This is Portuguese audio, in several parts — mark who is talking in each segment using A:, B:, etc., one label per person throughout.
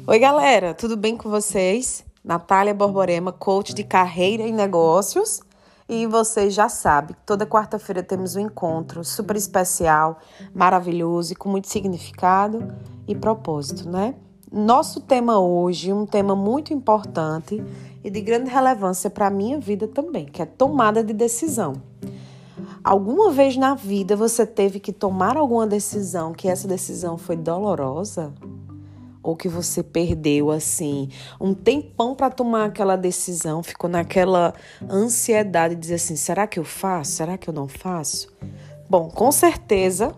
A: Oi, galera, tudo bem com vocês? Natália Borborema, coach de carreira e negócios. E vocês já sabem, toda quarta-feira temos um encontro super especial, maravilhoso e com muito significado e propósito, né? Nosso tema hoje, um tema muito importante e de grande relevância para a minha vida também, que é tomada de decisão. Alguma vez na vida você teve que tomar alguma decisão que essa decisão foi dolorosa? Ou que você perdeu, assim, um tempão para tomar aquela decisão, ficou naquela ansiedade de dizer assim, será que eu faço? Será que eu não faço? Bom, com certeza,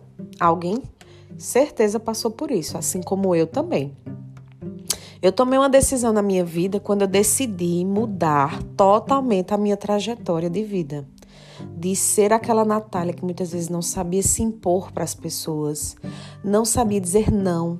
A: certeza passou por isso, assim como eu também. Eu tomei uma decisão na minha vida quando eu decidi mudar totalmente a minha trajetória de vida. De ser aquela Natália que muitas vezes não sabia se impor para as pessoas, não sabia dizer não.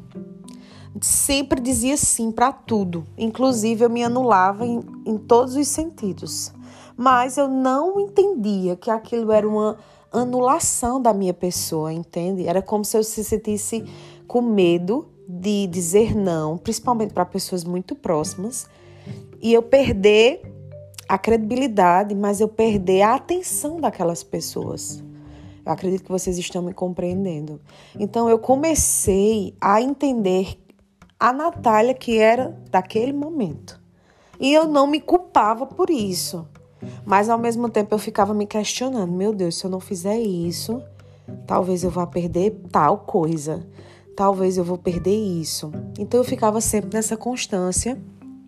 A: Sempre dizia sim para tudo, inclusive eu me anulava em todos os sentidos. Mas eu não entendia que aquilo era uma anulação da minha pessoa, entende? Era como se eu se sentisse com medo de dizer não, principalmente para pessoas muito próximas, e eu perder a credibilidade, mas eu perder a atenção daquelas pessoas. Eu acredito que vocês estão me compreendendo. Então eu comecei a entender a Natália que era daquele momento. E eu não me culpava por isso. Mas ao mesmo tempo eu ficava me questionando. Meu Deus, se eu não fizer isso, talvez eu vá perder tal coisa. Talvez eu vou perder isso. Então eu ficava sempre nessa constância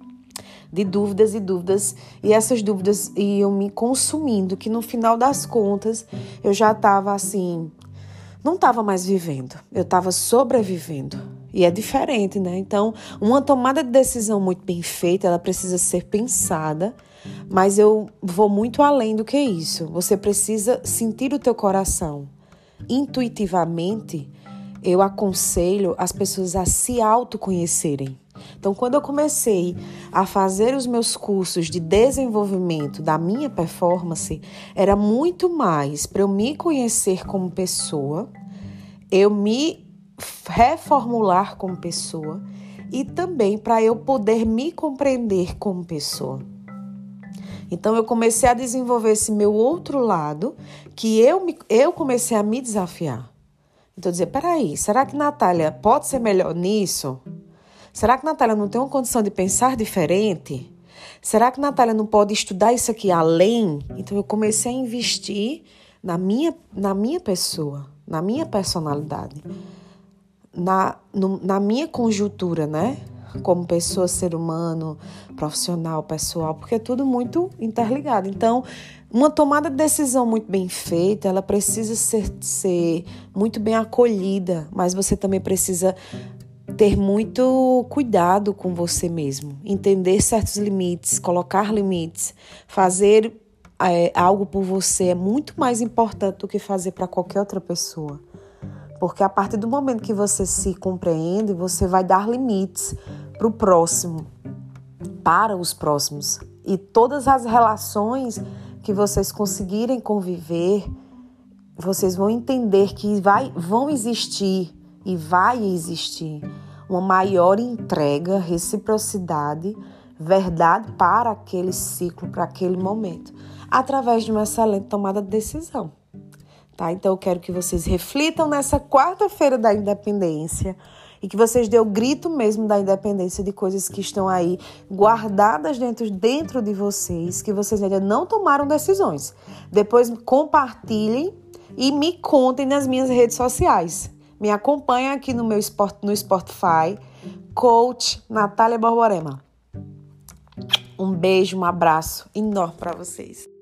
A: de dúvidas e dúvidas. E essas dúvidas iam me consumindo. Que no final das contas eu já estava assim... Não estava mais vivendo. Eu estava sobrevivendo. E é diferente, né? Então, uma tomada de decisão muito bem feita, ela precisa ser pensada, mas eu vou muito além do que isso. Você precisa sentir o teu coração. Intuitivamente, eu aconselho as pessoas a se autoconhecerem. Então, quando eu comecei a fazer os meus cursos de desenvolvimento da minha performance, era muito mais para eu me conhecer como pessoa, eu me reformular como pessoa e também para eu poder me compreender como pessoa. Então, eu comecei a desenvolver esse meu outro lado que eu comecei a me desafiar. Então, dizer, peraí, será que Natália pode ser melhor nisso? Será que Natália não tem uma condição de pensar diferente? Será que Natália não pode estudar isso aqui além? Então, eu comecei a investir na minha pessoa, na minha personalidade. Na minha conjuntura, né? Como pessoa, ser humano, profissional, pessoal, porque é tudo muito interligado. Então, uma tomada de decisão muito bem feita, ela precisa ser muito bem acolhida, mas você também precisa ter muito cuidado com você mesmo, entender certos limites, colocar limites, fazer algo por você é muito mais importante do que fazer para qualquer outra pessoa. Porque a partir do momento que você se compreende, você vai dar limites para o próximo, para os próximos. E todas as relações que vocês conseguirem conviver, vocês vão entender que vão existir e vai existir uma maior entrega, reciprocidade, verdade para aquele ciclo, para aquele momento, através de uma excelente tomada de decisão. Tá? Então, eu quero que vocês reflitam nessa quarta-feira da independência e que vocês dêem o grito mesmo da independência de coisas que estão aí guardadas dentro de vocês, que vocês ainda não tomaram decisões. Depois compartilhem e me contem nas minhas redes sociais. Me acompanhem aqui no Spotify, Coach Natália Borborema. Um beijo, um abraço enorme para vocês.